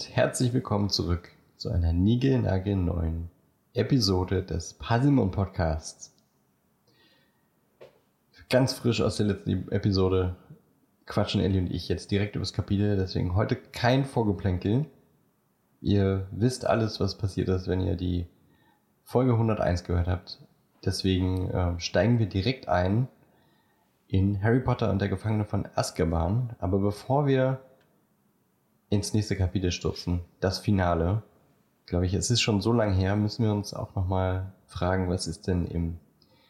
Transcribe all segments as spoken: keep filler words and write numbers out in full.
und herzlich willkommen zurück zu einer niegelnagelneuen Episode des Puzzlemon Podcasts. Ganz frisch aus der letzten Episode quatschen Ellie und ich jetzt direkt über das Kapitel, deswegen heute kein Vorgeplänkel. Ihr wisst alles, was passiert ist, wenn ihr die Folge hunderteins gehört habt. Deswegen äh, steigen wir direkt ein in Harry Potter und der Gefangene von Azkaban. Aber bevor wir ins nächste Kapitel stürzen, das Finale, glaube ich, es ist schon so lange her, müssen wir uns auch nochmal fragen, was ist denn im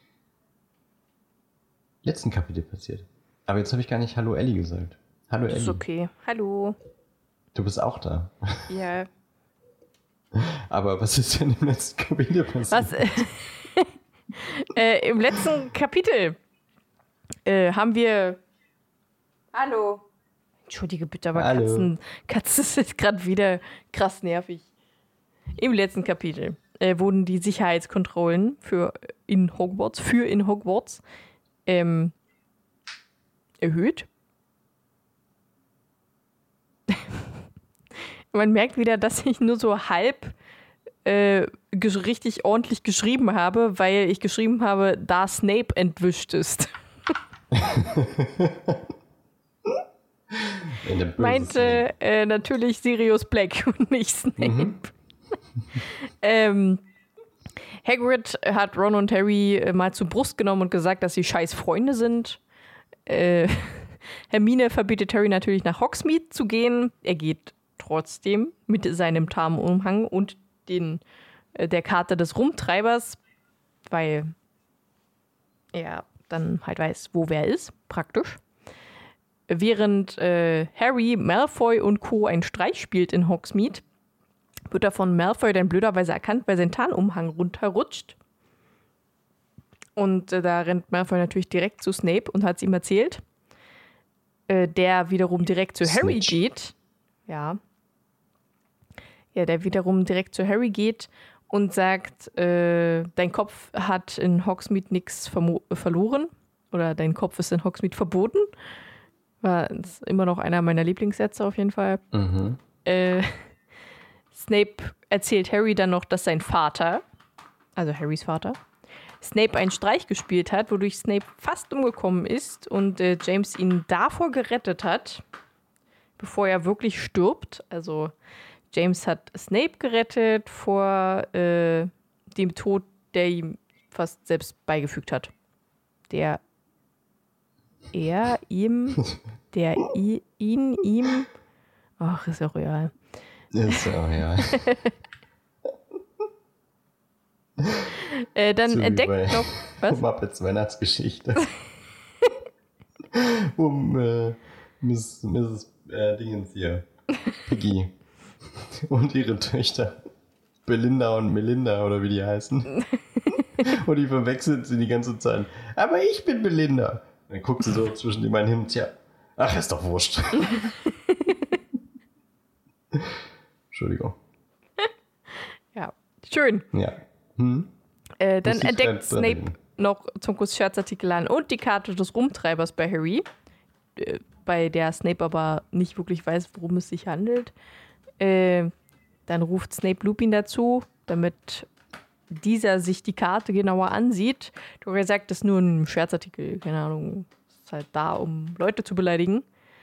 letzten Kapitel passiert. Aber jetzt habe ich gar nicht Hallo Ellie gesagt. Hallo Ellie. Das ist okay. Hallo. Du bist auch da. Ja. Aber was ist denn im letzten Kapitel passiert? Was? äh, Im letzten Kapitel äh, haben wir... Hallo. Entschuldige bitte, aber Hallo. Katzen, Katzen sind gerade wieder krass nervig. Im letzten Kapitel äh, wurden die Sicherheitskontrollen für in Hogwarts, für in Hogwarts ähm, erhöht. Man merkt wieder, dass ich nur so halb äh, ges- richtig ordentlich geschrieben habe, weil ich geschrieben habe, da Snape entwischt ist. Meinte äh, natürlich Sirius Black und nicht Snape. Mhm. ähm, Hagrid hat Ron und Harry äh, mal zur Brust genommen und gesagt, dass sie scheiß Freunde sind. Äh, Hermine verbietet Harry natürlich nach Hogsmeade zu gehen. Er geht trotzdem mit seinem Tarnumhang und den, äh, der Karte des Rumtreibers, weil er dann halt weiß, wo wer ist, praktisch. Während äh, Harry, Malfoy und Co. einen Streich spielt in Hogsmeade, wird er von Malfoy dann blöderweise erkannt, weil sein Tarnumhang runterrutscht. Und äh, da rennt Malfoy natürlich direkt zu Snape und hat es ihm erzählt. Äh, der wiederum direkt zu Harry Snitch. geht. Ja. Ja, der wiederum direkt zu Harry geht und sagt, äh, dein Kopf hat in Hogsmeade nichts vermo- verloren. Oder dein Kopf ist in Hogsmeade verboten. War das ist immer noch einer meiner Lieblingssätze auf jeden Fall. Mhm. Äh, Snape erzählt Harry dann noch, dass sein Vater, also Harrys Vater, Snape einen Streich gespielt hat, wodurch Snape fast umgekommen ist und äh, James ihn davor gerettet hat, bevor er wirklich stirbt. Also James hat Snape gerettet vor äh, dem Tod, der ihm fast selbst beigefügt hat. Der er ihm, der i, ihn, ihm, ach, ist ja real. Ist ja real. äh, dann So entdeckt wie bei noch, was? Muppets Weihnachtsgeschichte. um äh, Miss, Misses Äh, Dingens hier. Piggy. Und ihre Töchter. Belinda und Melinda, oder wie die heißen. Und die verwechselt sie die ganze Zeit. Aber ich bin Belinda. Dann guckt sie so zwischen die beiden hin. Tja, ach, ist doch wurscht. Entschuldigung. Ja, schön. Ja. Hm? Äh, dann Muss ich entdeckt grad Snape reden. noch zum Kuss Scherzartikel an und die Karte des Rumtreibers bei Harry, äh, bei der Snape aber nicht wirklich weiß, worum es sich handelt. Äh, dann ruft Snape Lupin dazu, damit dieser sich die Karte genauer ansieht. Doch er sagt, das ist nur ein Scherzartikel, keine Ahnung, ist halt da, um Leute zu beleidigen.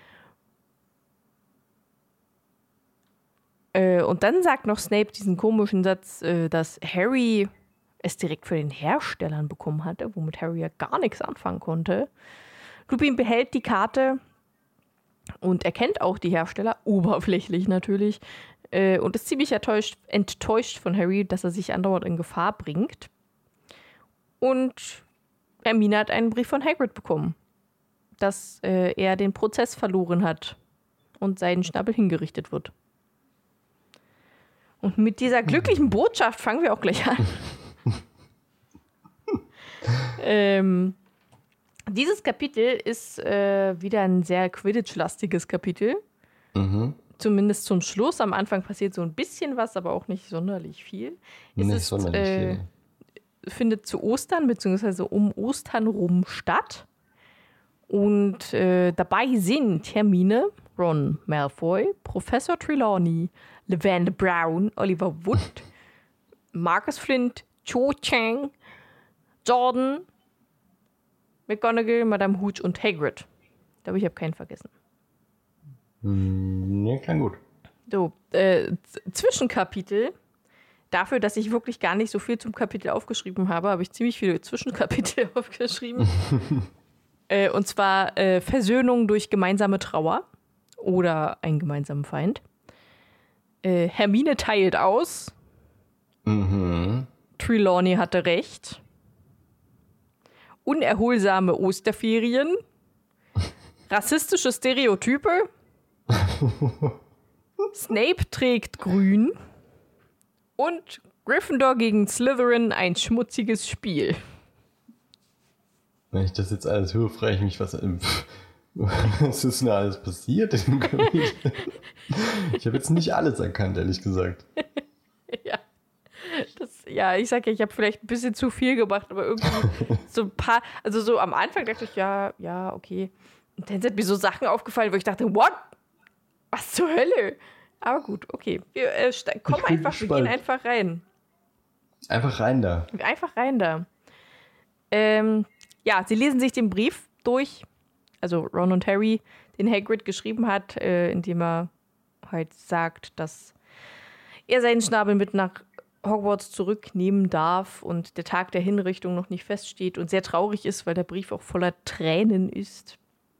Äh, und dann sagt noch Snape diesen komischen Satz, äh, dass Harry es direkt von den Herstellern bekommen hatte, womit Harry ja gar nichts anfangen konnte. Lupin behält die Karte und erkennt auch die Hersteller, oberflächlich natürlich, äh, und ist ziemlich enttäuscht, enttäuscht von Harry, dass er sich andauernd in Gefahr bringt. Und Hermine hat einen Brief von Hagrid bekommen, dass äh, er den Prozess verloren hat und sein Schnabel hingerichtet wird. Und mit dieser glücklichen Botschaft fangen wir auch gleich an. ähm, dieses Kapitel ist äh, wieder ein sehr Quidditch-lastiges Kapitel. Mhm. Zumindest zum Schluss. Am Anfang passiert so ein bisschen was, aber auch nicht sonderlich viel. Es Nicht ist, sonderlich äh, viel. findet zu Ostern bzw. um Ostern rum statt. Und äh, dabei sind Hermine, Ron, Malfoy, Professor Trelawney, Lavender Brown, Oliver Wood, Marcus Flint, Cho Chang, Jordan, McGonagall, Madame Hooch und Hagrid. Ich glaube, ich habe keinen vergessen. Mm, ne, klang gut. So, äh, Z- Zwischenkapitel. Dafür, dass ich wirklich gar nicht so viel zum Kapitel aufgeschrieben habe, habe ich ziemlich viele Zwischenkapitel aufgeschrieben. äh, und zwar äh, Versöhnung durch gemeinsame Trauer oder einen gemeinsamen Feind. Äh, Hermine teilt aus. Mhm. Trelawney hatte recht. Unerholsame Osterferien. Rassistische Stereotype. Snape trägt grün. Und Gryffindor gegen Slytherin, ein schmutziges Spiel. Wenn ich das jetzt alles höre, frage ich mich, was, was ist denn alles passiert in dem Kapitel? Ich habe jetzt nicht alles erkannt, ehrlich gesagt. Ja, das, ja, ich sag ja, ich habe vielleicht ein bisschen zu viel gemacht, aber irgendwie so ein paar, also so am Anfang dachte ich, ja, ja, okay. Und dann sind mir so Sachen aufgefallen, wo ich dachte, what? Was zur Hölle? Aber gut, okay. Wir äh, sta- kommen Ich bin einfach, wir gespannt. gehen einfach rein. Einfach rein da. Einfach rein da. Ähm, ja, sie lesen sich den Brief durch, also Ron und Harry, den Hagrid geschrieben hat, äh, indem er halt sagt, dass er seinen Schnabel mit nach Hogwarts zurücknehmen darf und der Tag der Hinrichtung noch nicht feststeht und sehr traurig ist, weil der Brief auch voller Tränen ist.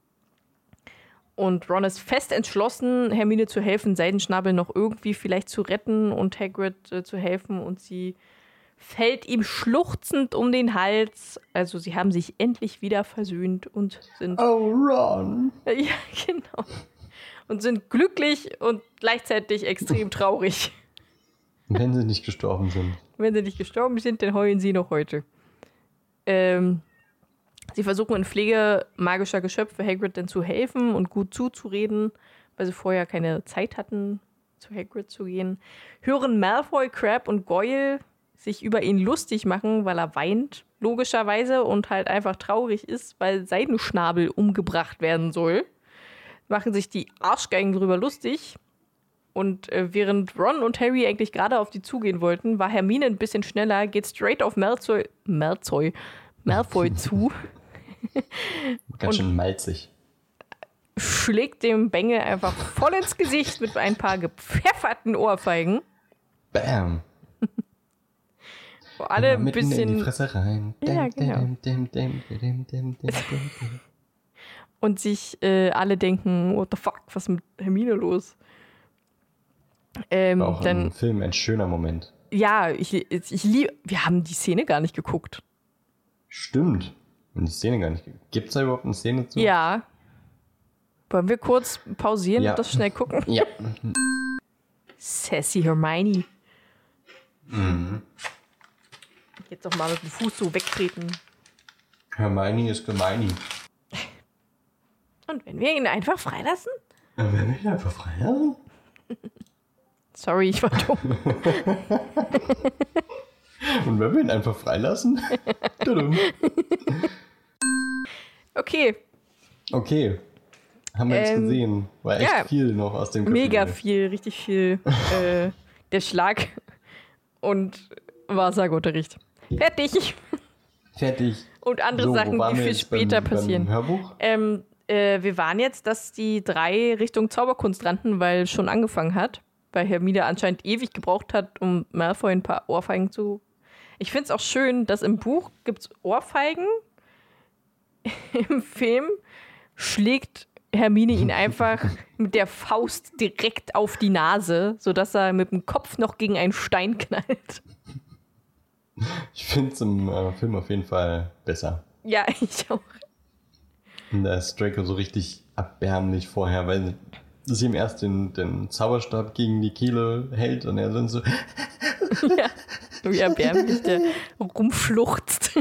Und Ron ist fest entschlossen, Hermine zu helfen, Seidenschnabel noch irgendwie vielleicht zu retten und Hagrid äh, zu helfen. Und sie fällt ihm schluchzend um den Hals. Also sie haben sich endlich wieder versöhnt und sind... Oh, Ron! Ja, genau. Und sind glücklich und gleichzeitig extrem traurig. Wenn sie nicht gestorben sind. Wenn sie nicht gestorben sind, dann heulen sie noch heute. Ähm... Sie versuchen in Pflege magischer Geschöpfe Hagrid dann zu helfen und gut zuzureden, weil sie vorher keine Zeit hatten, zu Hagrid zu gehen. Hören Malfoy, Crabbe und Goyle sich über ihn lustig machen, weil er weint, logischerweise, und halt einfach traurig ist, weil Seidenschnabel umgebracht werden soll. Machen sich die Arschgeigen drüber lustig. Und äh, während Ron und Harry eigentlich gerade auf die zugehen wollten, war Hermine ein bisschen schneller, geht straight auf Malfoy, Malfoy, Malfoy zu. Ganz schön malzig. Schlägt dem Bengel einfach voll ins Gesicht mit ein paar gepfefferten Ohrfeigen. Bam! Wo alle ein Mitten bisschen. in die Fresse rein. Ja, genau. Und sich äh, alle denken, what the fuck, was ist mit Hermine los? Ähm, War auch dann, im Film ein schöner Moment. ja, ich, ich liebe. Wir haben die Szene gar nicht geguckt. Stimmt. Und die Szene gar nicht. Gibt es da überhaupt eine Szene zu? Ja. Wollen wir kurz pausieren Ja. und das schnell gucken? Ja. Sassy Hermione. Mhm. Jetzt doch mal mit dem Fuß so wegtreten. Hermione ist gemeini. Und wenn wir ihn einfach freilassen? Wenn wir ihn einfach freilassen? Sorry, ich war dumm. Und wenn wir ihn einfach freilassen? Tudum. Okay, Okay. Haben wir jetzt Ähm, gesehen. War echt ja. viel noch aus dem Kapitel. mega viel, richtig viel. äh, der Schlag und Wahrsageunterricht. Fertig. Fertig. Und andere So, wo Sachen, waren die wir viel jetzt später beim, passieren. Beim Hörbuch? Ähm, äh, wir waren jetzt, dass die drei Richtung Zauberkunst rannten, weil es schon angefangen hat. Weil Hermine anscheinend ewig gebraucht hat, um Malfoy ein paar Ohrfeigen zu... Ich finde es auch schön, dass im Buch gibt es Ohrfeigen. Im Film schlägt Hermine ihn einfach mit der Faust direkt auf die Nase, sodass er mit dem Kopf noch gegen einen Stein knallt. Ich finde es im äh, Film auf jeden Fall besser. Ja, ich auch. Und da ist Draco so richtig erbärmlich vorher, weil sie ihm erst den, den Zauberstab gegen die Kehle hält und er dann so... Ja, wie erbärmlich der rumfluchzt.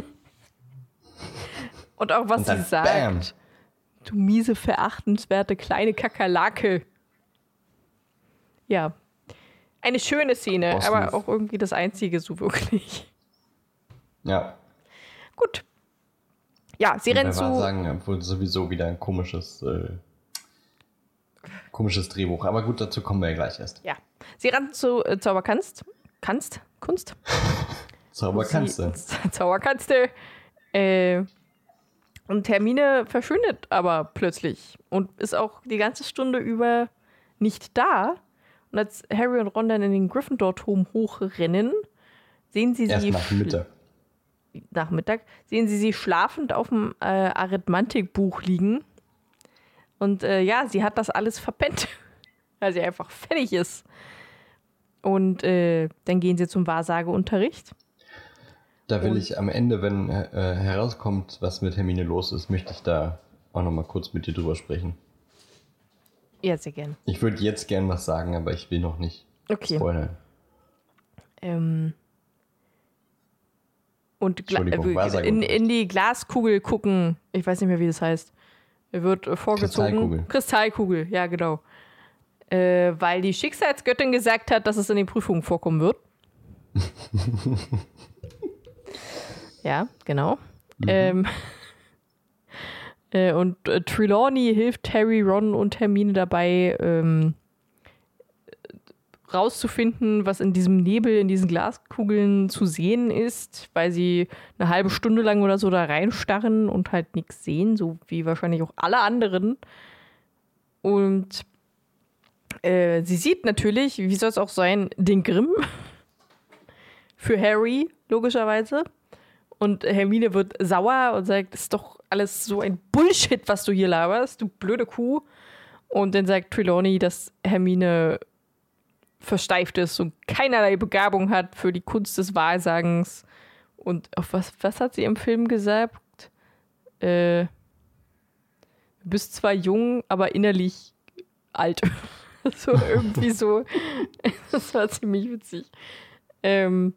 Und auch was Und dann sie sagt. bam. Du miese, verachtenswerte kleine Kakerlake. Ja. Eine schöne Szene, Boss aber Move. auch irgendwie das einzige so wirklich. Ja. Gut. Ja, sie Und rennt bei zu... Wahrsagen, obwohl sowieso wieder ein komisches, äh, komisches Drehbuch. Aber gut, dazu kommen wir ja gleich erst. Ja. Sie rannten zu äh, Zauberkanst. Kanst? Kunst? Zauberkanste. Sie, Zauberkanste. Äh, und Hermine verschwindet aber plötzlich und ist auch die ganze Stunde über nicht da. Und als Harry und Ron dann in den Gryffindor-Turm hochrennen, sehen sie Erst sie... nach Mittag. Nachmittag, sehen sie sie schlafend auf dem äh, Arithmetikbuch liegen. Und äh, ja, sie hat das alles verpennt, weil sie einfach fertig ist. Und äh, dann gehen sie zum Wahrsageunterricht. Da will Und ich am Ende, wenn äh, herauskommt, was mit Hermine los ist, möchte ich da auch nochmal kurz mit dir drüber sprechen. Ja, sehr gern. Ich würde jetzt gern was sagen, aber ich will noch nicht okay. spoilern. Ähm... Und Entschuldigung, Gla- in, in die Glaskugel gucken. Ich weiß nicht mehr, wie das heißt. Er wird äh, vorgezogen. Kristallkugel. Kristallkugel, ja, genau. Äh, weil die Schicksalsgöttin gesagt hat, dass es in den Prüfungen vorkommen wird. Ja, genau. Mhm. Ähm, äh, und äh, Trelawney hilft Harry, Ron und Hermine dabei, ähm, rauszufinden, was in diesem Nebel, in diesen Glaskugeln zu sehen ist, weil sie eine halbe Stunde lang oder so da reinstarren und halt nichts sehen, so wie wahrscheinlich auch alle anderen. Und äh, sie sieht natürlich, wie soll es auch sein, den Grimm für Harry, logischerweise. Und Hermine wird sauer und sagt, das ist doch alles so ein Bullshit, was du hier laberst, du blöde Kuh. Und dann sagt Trelawney, dass Hermine versteift ist und keinerlei Begabung hat für die Kunst des Wahrsagens. Und auf was, was hat sie im Film gesagt? Äh, du bist zwar jung, aber innerlich alt. So irgendwie so. Das war ziemlich witzig. Ähm,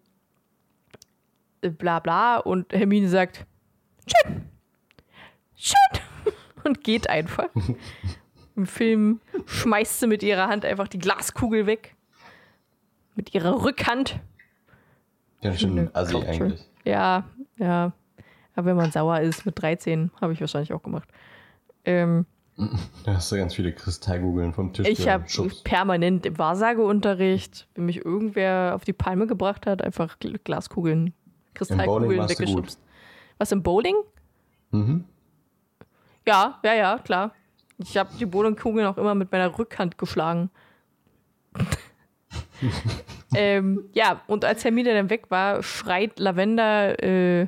bla bla. Und Hermine sagt, schön, schön. Und geht einfach. Im Film schmeißt sie mit ihrer Hand einfach die Glaskugel weg. Mit ihrer Rückhand. Ganz schön assi eigentlich. Ja, ja. Aber wenn man sauer ist mit dreizehn, habe ich wahrscheinlich auch gemacht. Ähm, da hast du ganz viele Kristallkugeln vom Tisch. Ich habe permanent im Wahrsageunterricht, wenn mich irgendwer auf die Palme gebracht hat, einfach Glaskugeln, Kristallkugeln weggeschubst. Was, im Bowling? Mhm. Ja, ja, ja, klar. Ich habe die Bowlingkugeln auch immer mit meiner Rückhand geschlagen. ähm, ja, und als Hermine dann weg war, schreit Lavender äh,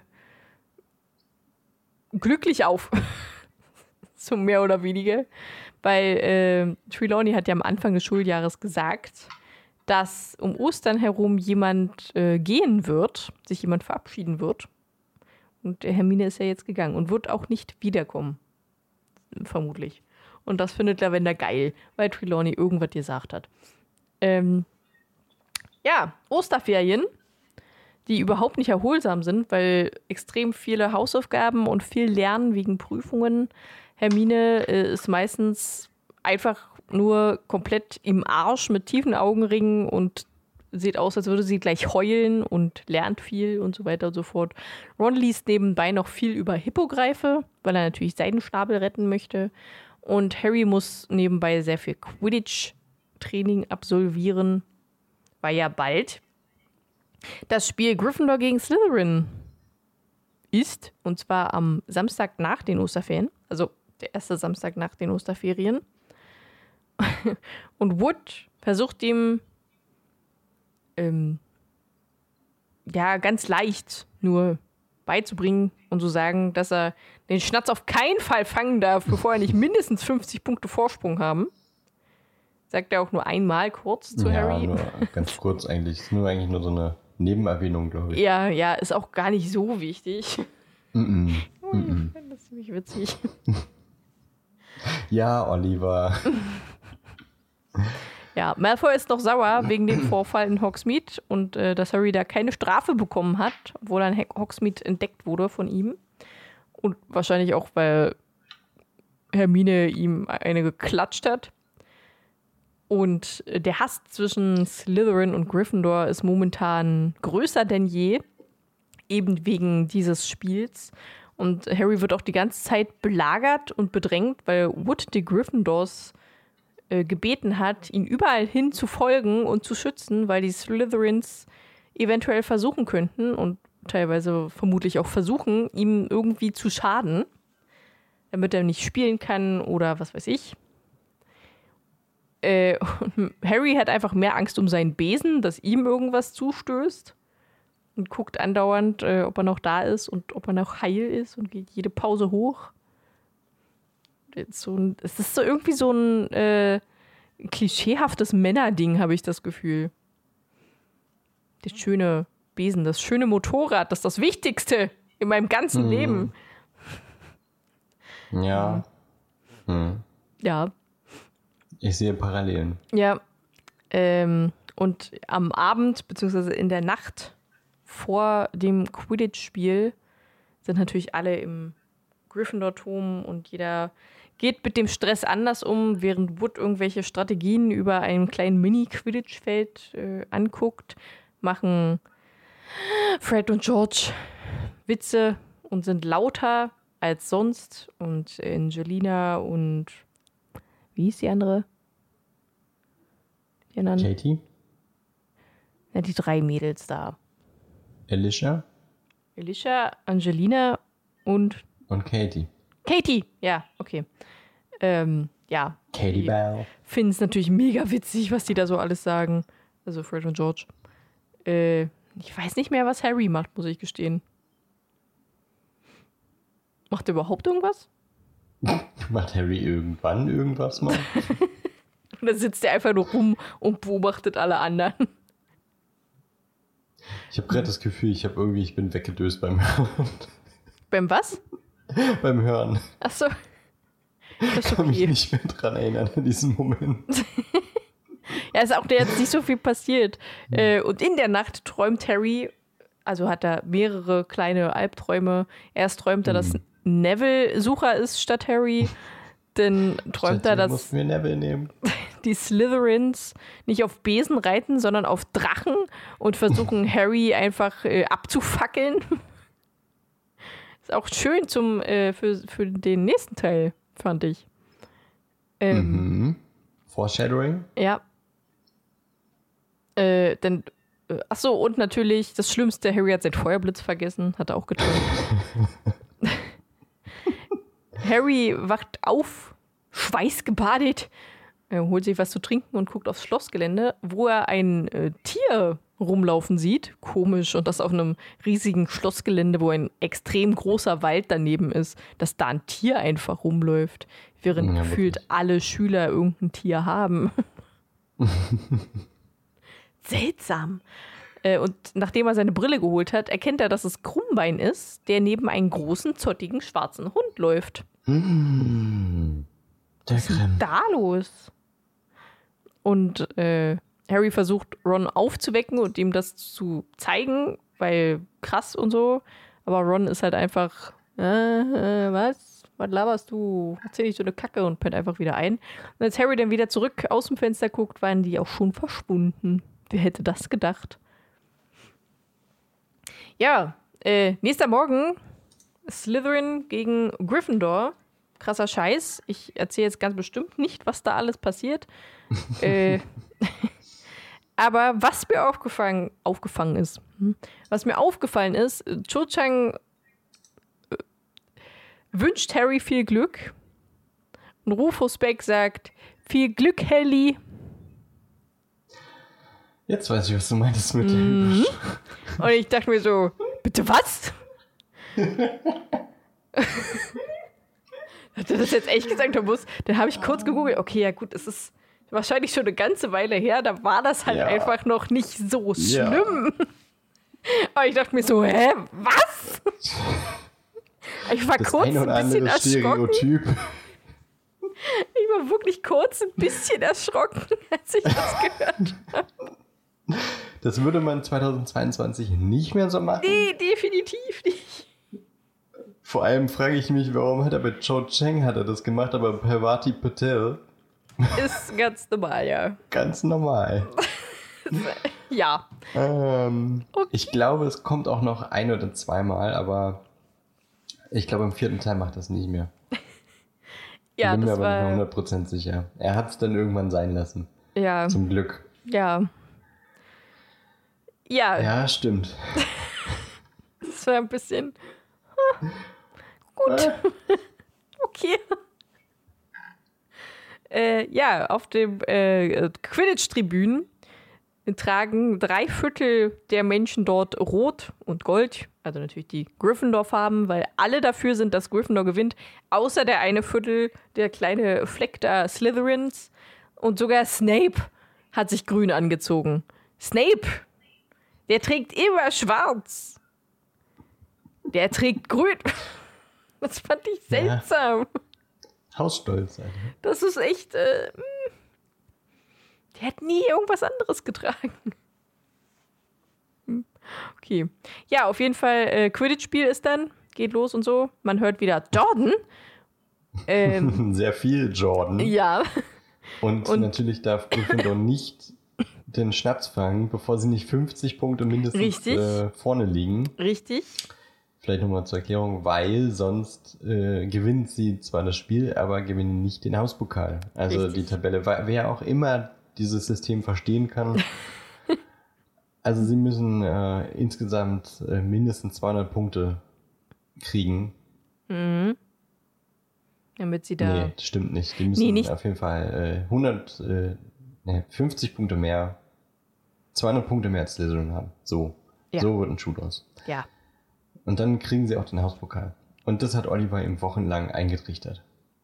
glücklich auf. So mehr oder weniger. Weil äh, Trelawney hat ja am Anfang des Schuljahres gesagt, dass um Ostern herum jemand äh, gehen wird, sich jemand verabschieden wird. Und Hermine ist ja jetzt gegangen und wird auch nicht wiederkommen. Vermutlich. Und das findet Lavender geil, weil Trelawney irgendwas gesagt hat. Ähm, ja, Osterferien, die überhaupt nicht erholsam sind, weil extrem viele Hausaufgaben und viel Lernen wegen Prüfungen. Hermine äh, ist meistens einfach nur komplett im Arsch mit tiefen Augenringen und sieht aus, als würde sie gleich heulen und lernt viel und so weiter und so fort. Ron liest nebenbei noch viel über Hippogreife, weil er natürlich seinen Schnabel retten möchte. Und Harry muss nebenbei sehr viel Quidditch-Training absolvieren, weil ja bald das Spiel Gryffindor gegen Slytherin ist. Und zwar am Samstag nach den Osterferien. Also der erste Samstag nach den Osterferien. Und Wood versucht ihm ähm, ja ganz leicht nur beizubringen und zu sagen, dass er den Schnatz auf keinen Fall fangen darf, bevor er nicht mindestens fünfzig Punkte Vorsprung haben. Sagt er auch nur einmal kurz zu ja, Harry. Nur ganz kurz eigentlich. Ist nur eigentlich nur so eine Nebenerwähnung, glaube ich. Ja, ja, ist auch gar nicht so wichtig. Mm-mm. Mm-mm. Ich finde das ziemlich witzig. Ja, Oliver. Ja, Malfoy ist noch sauer wegen dem Vorfall in Hogsmeade und äh, dass Harry da keine Strafe bekommen hat, obwohl er in Hogsmeade entdeckt wurde von ihm. Und wahrscheinlich auch, weil Hermine ihm eine geklatscht hat. Und der Hass zwischen Slytherin und Gryffindor ist momentan größer denn je, eben wegen dieses Spiels. Und Harry wird auch die ganze Zeit belagert und bedrängt, weil Wood die Gryffindors äh, gebeten hat, ihn überall hin zu folgen und zu schützen, weil die Slytherins eventuell versuchen könnten und teilweise vermutlich auch versuchen, ihm irgendwie zu schaden, damit er nicht spielen kann oder was weiß ich. Äh, und Harry hat einfach mehr Angst um seinen Besen, dass ihm irgendwas zustößt und guckt andauernd, äh, ob er noch da ist und ob er noch heil ist und geht jede Pause hoch. So ein, es ist so irgendwie so ein äh, klischeehaftes Männerding, habe ich das Gefühl. Der schöne Besen, das schöne Motorrad, das ist das Wichtigste in meinem ganzen hm. Leben. Ja. Hm. Ja. Ich sehe Parallelen. Ja. Ähm, und am Abend, beziehungsweise in der Nacht vor dem Quidditch-Spiel sind natürlich alle im Gryffindor-Turm und jeder geht mit dem Stress anders um, während Wood irgendwelche Strategien über einem kleinen Mini-Quidditch-Feld äh, anguckt, machen Fred und George Witze und sind lauter als sonst. Und Angelina und wie hieß die andere? Die anderen? Katie? Ja, die drei Mädels da. Alicia? Alicia, Angelina und Und Katie. Katie, ja, okay. Ähm, ja. Katie Bell. Finden es natürlich mega witzig, was die da so alles sagen. Also Fred und George. Äh, ich weiß nicht mehr, was Harry macht, muss ich gestehen. Macht er überhaupt irgendwas? Macht Harry irgendwann irgendwas mal? Oder sitzt er einfach nur rum und beobachtet alle anderen? Ich habe gerade das Gefühl, ich habe irgendwie, ich bin weggedöst beim Hören. Beim was? beim Hören. Achso. Das ist Ich kann okay. mich nicht mehr dran erinnern an diesen Moment. Ja, ist auch der jetzt nicht so viel passiert. Äh, und in der Nacht träumt Harry, also hat er mehrere kleine Albträume. Erst träumt er, dass Neville Sucher ist statt Harry. Dann träumt er, dass mussten wir Neville nehmen. die Slytherins nicht auf Besen reiten, sondern auf Drachen und versuchen, Harry einfach äh, abzufackeln. Ist auch schön zum, äh, für, für den nächsten Teil, fand ich. Ähm, mhm. Foreshadowing? Ja. Äh, denn, äh, achso, und natürlich das Schlimmste, Harry hat seinen Feuerblitz vergessen, hat er auch geträumt. Harry wacht auf, schweißgebadet, er holt sich was zu trinken und guckt aufs Schlossgelände, wo er ein äh, Tier rumlaufen sieht. Komisch. Und das auf einem riesigen Schlossgelände, wo ein extrem großer Wald daneben ist, dass da ein Tier einfach rumläuft, während ja, gefühlt wirklich. alle Schüler irgendein Tier haben. Seltsam. Äh, und nachdem er seine Brille geholt hat, erkennt er, dass es Krummbein ist, der neben einem großen, zottigen, schwarzen Hund läuft. Mm, der Was ist Grimm. da los? Und äh, Harry versucht, Ron aufzuwecken und ihm das zu zeigen, weil krass und so. Aber Ron ist halt einfach, äh, äh, was? Was laberst du? Erzähl nicht so eine Kacke und pennt einfach wieder ein. Und als Harry dann wieder zurück aus dem Fenster guckt, waren die auch schon verschwunden. Wer hätte das gedacht? Ja, äh, nächster Morgen, Slytherin gegen Gryffindor. Krasser Scheiß. Ich erzähle jetzt ganz bestimmt nicht, was da alles passiert. äh, aber was mir aufgefangen, aufgefangen ist, hm, was mir aufgefallen ist, Cho Chang äh, wünscht Harry viel Glück und Rufus Beck sagt, viel Glück, Helly. Jetzt weiß ich, was du meintest mit Mhm. dem. Und ich dachte mir so, bitte was? Hat er das jetzt echt gesagt haben muss? Dann habe ich kurz gegoogelt. Okay, ja gut, es ist wahrscheinlich schon eine ganze Weile her. Da war das halt Ja. einfach noch nicht so Ja. schlimm. Aber ich dachte mir so, hä, was? Ich war Das kurz ein ein oder bisschen andere erschrocken. Stereotyp. Ich war wirklich kurz ein bisschen erschrocken, als ich das gehört habe. Das würde man zweitausendzweiundzwanzig nicht mehr so machen. Nee, definitiv nicht. Vor allem frage ich mich, warum hat er bei Cho Chang hat er das gemacht, aber Parvati Patel Ist ganz normal, ja. ganz normal. Ja. Ähm, Okay. Ich glaube, es kommt auch noch ein oder zweimal, aber ich glaube, im vierten Teil macht das nicht mehr. Ja, ich bin mir das aber war, nicht mehr hundert Prozent sicher. Er hat es dann irgendwann sein lassen. Ja. Zum Glück. Ja. Ja. Ja, stimmt. Das war ein bisschen... Gut. Okay. Äh, ja, auf dem äh, Quidditch-Tribünen tragen drei Viertel der Menschen dort Rot und Gold, also natürlich die Gryffindor-Farben, weil alle dafür sind, dass Gryffindor gewinnt, außer der eine Viertel, der kleine Fleck da Slytherins, und sogar Snape hat sich grün angezogen. Snape, der trägt immer schwarz. Der trägt grün. Das fand ich seltsam. Ja. Hausstolz, Alter. Das ist echt... Äh, Der hat nie irgendwas anderes getragen. Okay. Ja, auf jeden Fall, äh, Quidditch-Spiel ist dann, geht los und so. Man hört wieder Jordan. Ähm, Sehr viel Jordan. Ja. Und, und natürlich darf Gryffindor nicht den Schnaps fangen, bevor sie nicht fünfzig Punkte mindestens äh, vorne liegen. Richtig. Vielleicht nochmal zur Erklärung, weil sonst äh, gewinnt sie zwar das Spiel, aber gewinnen nicht den Hauspokal. Also Richtig. Die Tabelle, wer auch immer dieses System verstehen kann. Also sie müssen äh, insgesamt äh, mindestens zweihundert Punkte kriegen. Mhm. Damit sie da... Nee, das stimmt nicht. Die müssen nee, nicht. auf jeden Fall äh, hundert, äh, nee, fünfzig Punkte mehr, zweihundert Punkte mehr als Slytherin haben. So. Ja. So wird ein Schuh draus. Ja. Und dann kriegen sie auch den Hauspokal. Und das hat Oliver ihm wochenlang eingetrichtert.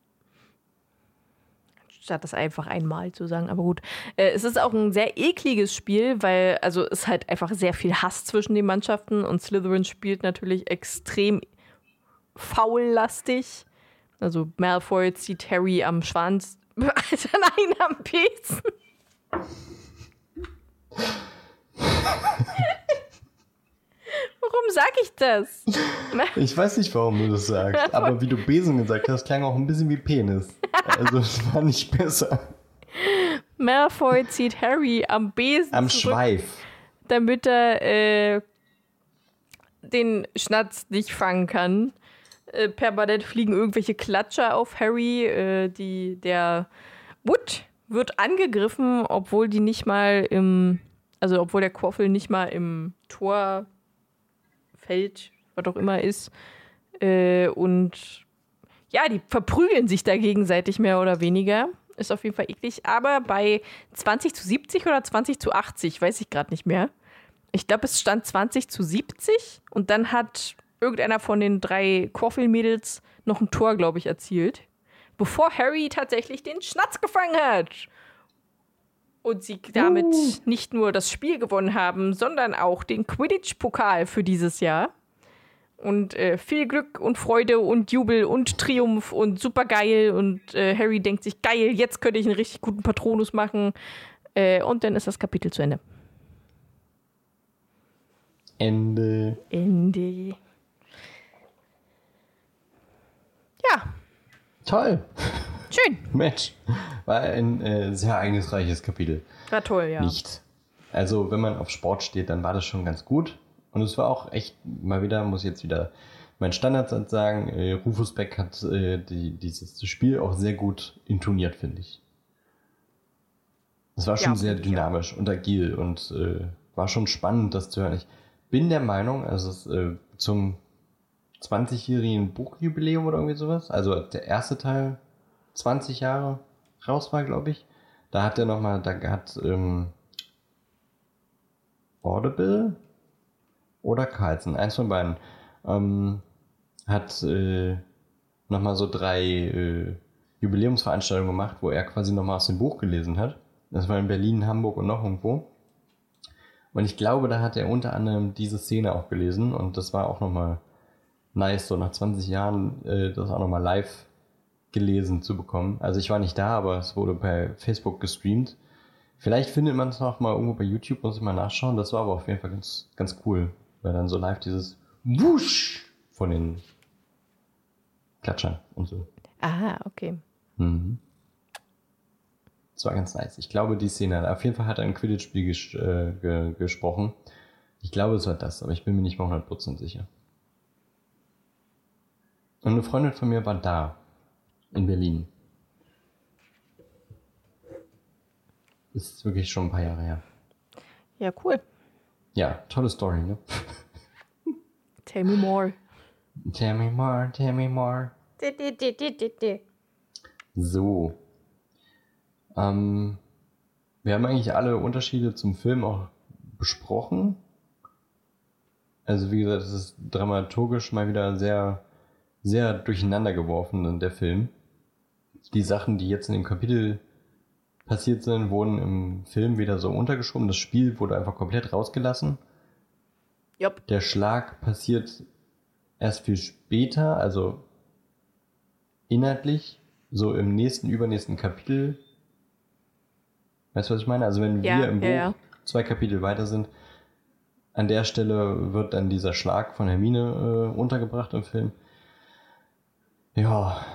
Statt das einfach einmal zu sagen, aber gut. Äh, es ist auch ein sehr ekliges Spiel, weil also es ist halt einfach sehr viel Hass zwischen den Mannschaften und Slytherin spielt natürlich extrem faullastig. Also Malfoy zieht Harry am Schwanz, also nein, am Besen. Warum sag ich das? Ich weiß nicht, warum du das sagst, aber wie du Besen gesagt hast, klang auch ein bisschen wie Penis. Also es war nicht besser. Malfoy zieht Harry am Besen Am zurück, Schweif. Damit er äh, den Schnatz nicht fangen kann. Äh, permanent fliegen irgendwelche Klatscher auf Harry. Äh, die, der Wood wird angegriffen, obwohl die nicht mal im, also obwohl der Quaffel nicht mal im Tor Feld, was auch immer ist. Äh, und ja, die verprügeln sich da gegenseitig mehr oder weniger. Ist auf jeden Fall eklig. Aber bei zwanzig zu siebzig oder zwanzig zu achtzig, weiß ich gerade nicht mehr. Ich glaube, es stand zwanzig zu siebzig und dann hat irgendeiner von den drei Quaffel-Mädels noch ein Tor, glaube ich, erzielt. Bevor Harry tatsächlich den Schnatz gefangen hat. Und sie damit uh. nicht nur das Spiel gewonnen haben, sondern auch den Quidditch-Pokal für dieses Jahr. Und äh, viel Glück und Freude und Jubel und Triumph und super geil. Und äh, Harry denkt sich, geil, jetzt könnte ich einen richtig guten Patronus machen. Äh, und dann ist das Kapitel zu Ende. Ende. Ende. Ja. Toll. Schön. Mensch, war ein äh, sehr ereignisreiches Kapitel. War toll, ja. Nicht. Also, wenn man auf Sport steht, dann war das schon ganz gut. Und es war auch echt, mal wieder, muss ich jetzt wieder meinen Standardsatz sagen, äh, Rufus Beck hat äh, die, dieses Spiel auch sehr gut intoniert, finde ich. Es war schon ja, sehr dynamisch ja. und agil und äh, war schon spannend, das zu hören. Ich bin der Meinung, also es, äh, zum zwanzigjährigen Buchjubiläum oder irgendwie sowas, also der erste Teil zwanzig Jahre raus war, glaube ich, da hat er nochmal, da hat ähm, Audible oder Carlsen, eins von beiden, ähm, hat äh, nochmal so drei äh, Jubiläumsveranstaltungen gemacht, wo er quasi nochmal aus dem Buch gelesen hat. Das war in Berlin, Hamburg und noch irgendwo. Und ich glaube, da hat er unter anderem diese Szene auch gelesen und das war auch nochmal nice, so nach zwanzig Jahren äh, das auch nochmal live gelesen zu bekommen. Also ich war nicht da, aber es wurde bei Facebook gestreamt. Vielleicht findet man es noch mal irgendwo bei YouTube, muss ich mal nachschauen. Das war aber auf jeden Fall ganz, ganz cool, weil dann so live dieses Wusch von den Klatschern und so. Aha, okay. Mhm. Das war ganz nice. Ich glaube, die Szene, auf jeden Fall hat er ein Quidditch-Spiel ges- äh, ge- gesprochen. Ich glaube, es war das, aber ich bin mir nicht mal hundert Prozent sicher. Und eine Freundin von mir war da, in Berlin. ist wirklich schon ein paar Jahre her. Ja, cool. Ja, tolle Story, ne? Tell me more. Tell me more, tell me more. So. Ähm, wir haben eigentlich alle Unterschiede zum Film auch besprochen. Also wie gesagt, es ist dramaturgisch mal wieder sehr, sehr durcheinander geworfen, der Film. Die Sachen, die jetzt in dem Kapitel passiert sind, wurden im Film wieder so untergeschoben. Das Spiel wurde einfach komplett rausgelassen. Yep. Der Schlag passiert erst viel später, also inhaltlich, so im nächsten, übernächsten Kapitel. Weißt du, was ich meine? Also wenn ja, wir im Buch ja, ja. zwei Kapitel weiter sind, an der Stelle wird dann dieser Schlag von Hermine äh, untergebracht im Film. Ja,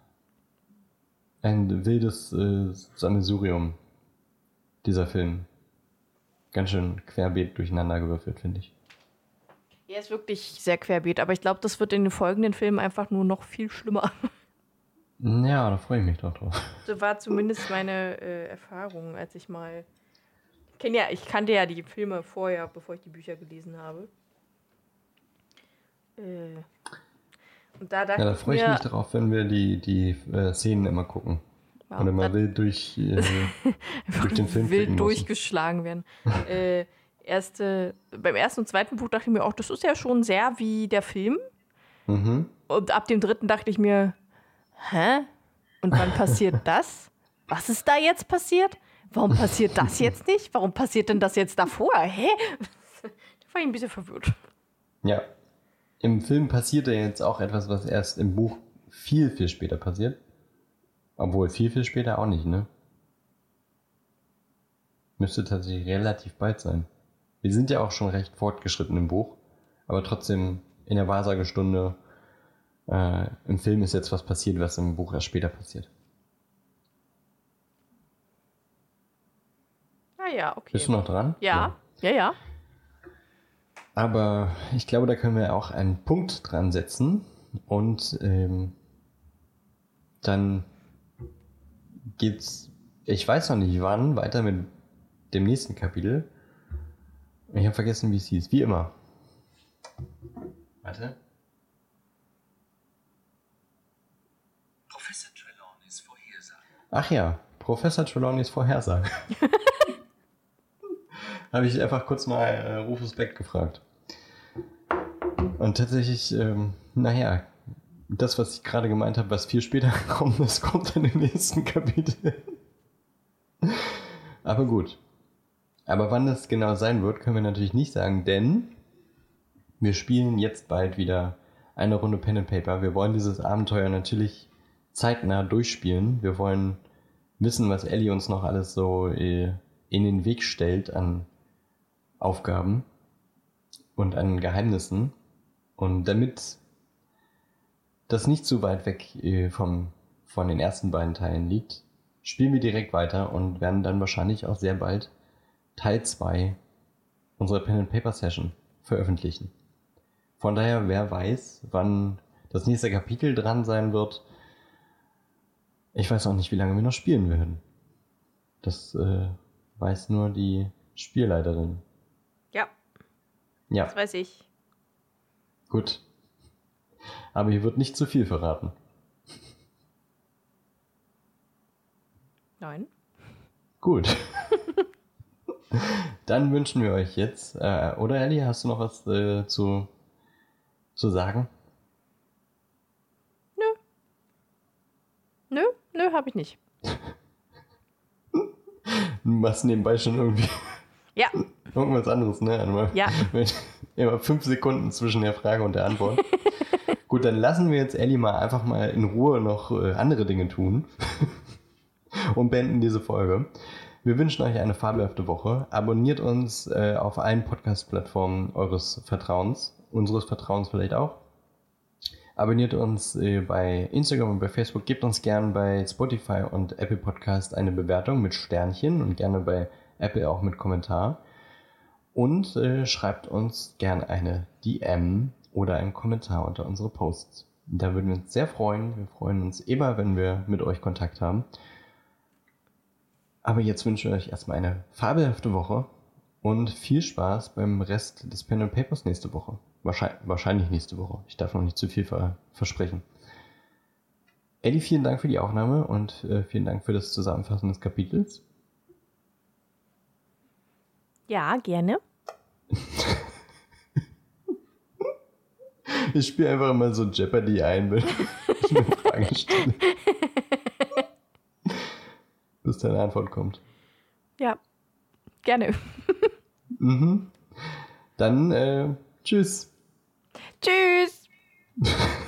ein wildes äh, Sammelsurium, dieser Film. Ganz schön querbeet durcheinander gewürfelt, finde ich. Er ist wirklich sehr querbeet, aber ich glaube, das wird in den folgenden Filmen einfach nur noch viel schlimmer. Ja, da freue ich mich doch drauf. So war zumindest meine äh, Erfahrung, als ich mal... Ich, kenn ja, ich kannte ja die Filme vorher, bevor ich die Bücher gelesen habe. Äh, und da dachte Ja, da ich freue ich mir, mich darauf, wenn wir die, die äh, Szenen immer gucken. wow, Und immer das- wild durch, äh, durch den Film klicken wild müssen. durchgeschlagen werden. äh, erste, beim ersten und zweiten Buch dachte ich mir auch, das ist ja schon sehr wie der Film. Mhm. Und ab dem dritten dachte ich mir, hä? Und wann passiert das? Was ist da jetzt passiert? Warum passiert das jetzt nicht? Warum passiert denn das jetzt davor? Hä? Da war ich ein bisschen verwirrt. Ja. Im Film passiert ja jetzt auch etwas, was erst im Buch viel, viel später passiert. Obwohl, viel, viel später auch nicht, ne? Müsste tatsächlich relativ bald sein. Wir sind ja auch schon recht fortgeschritten im Buch, aber trotzdem in der Wahrsagestunde äh, im Film ist jetzt was passiert, was im Buch erst später passiert. Ah ja, okay. Bist du noch dran? Ja, ja, ja. Aber ich glaube, da können wir auch einen Punkt dran setzen und ähm, dann geht's, ich weiß noch nicht wann, weiter mit dem nächsten Kapitel. Ich habe vergessen, wie es hieß. Wie immer. Warte. Professor Trelawneys Vorhersage. Ach ja, Professor Trelawneys Vorhersage. Habe ich einfach kurz mal äh, Rufus Beck gefragt. Und tatsächlich, ähm, naja, das, was ich gerade gemeint habe, was viel später kommt, das kommt dann im nächsten Kapitel. Aber gut. Aber wann das genau sein wird, können wir natürlich nicht sagen, denn wir spielen jetzt bald wieder eine Runde Pen and Paper. Wir wollen dieses Abenteuer natürlich zeitnah durchspielen. Wir wollen wissen, was Ellie uns noch alles so äh, in den Weg stellt an Aufgaben und an Geheimnissen. Und damit das nicht zu weit weg äh, vom, von den ersten beiden Teilen liegt, spielen wir direkt weiter und werden dann wahrscheinlich auch sehr bald Teil zwei unserer Pen and Paper Session veröffentlichen. Von daher, wer weiß, wann das nächste Kapitel dran sein wird. Ich weiß auch nicht, wie lange wir noch spielen werden. Das äh, weiß nur die Spielleiterin. Ja, Ja, das weiß ich. gut. Aber hier wird nicht zu viel verraten. Nein. Gut. Dann wünschen wir euch jetzt, äh, oder Ellie, hast du noch was äh, zu, zu sagen? Nö. Nö, nö, hab ich nicht. Du machst nebenbei schon irgendwie Ja, irgendwas anderes, ne? Also Ja. Mit immer fünf Sekunden zwischen der Frage und der Antwort. Gut, dann lassen wir jetzt Ellie mal einfach mal in Ruhe noch äh, andere Dinge tun und beenden diese Folge. Wir wünschen euch eine fabelhafte Woche. Abonniert uns äh, auf allen Podcast-Plattformen eures Vertrauens, unseres Vertrauens vielleicht auch. Abonniert uns äh, bei Instagram und bei Facebook. Gebt uns gern bei Spotify und Apple Podcast eine Bewertung mit Sternchen und gerne bei Apple auch mit Kommentar. Und äh, schreibt uns gern eine D M oder einen Kommentar unter unsere Posts. Da würden wir uns sehr freuen. Wir freuen uns immer, wenn wir mit euch Kontakt haben. Aber jetzt wünsche ich euch erstmal eine fabelhafte Woche und viel Spaß beim Rest des Pen and Papers nächste Woche. Wahrscheinlich, wahrscheinlich nächste Woche. Ich darf noch nicht zu viel ver- versprechen. Elli, vielen Dank für die Aufnahme und äh, vielen Dank für das Zusammenfassen des Kapitels. Ja, gerne. Ich spiele einfach mal so Jeopardy ein, wenn ich eine Frage stelle. Bis deine Antwort kommt. Ja, gerne. Mhm. Dann, äh, tschüss. Tschüss.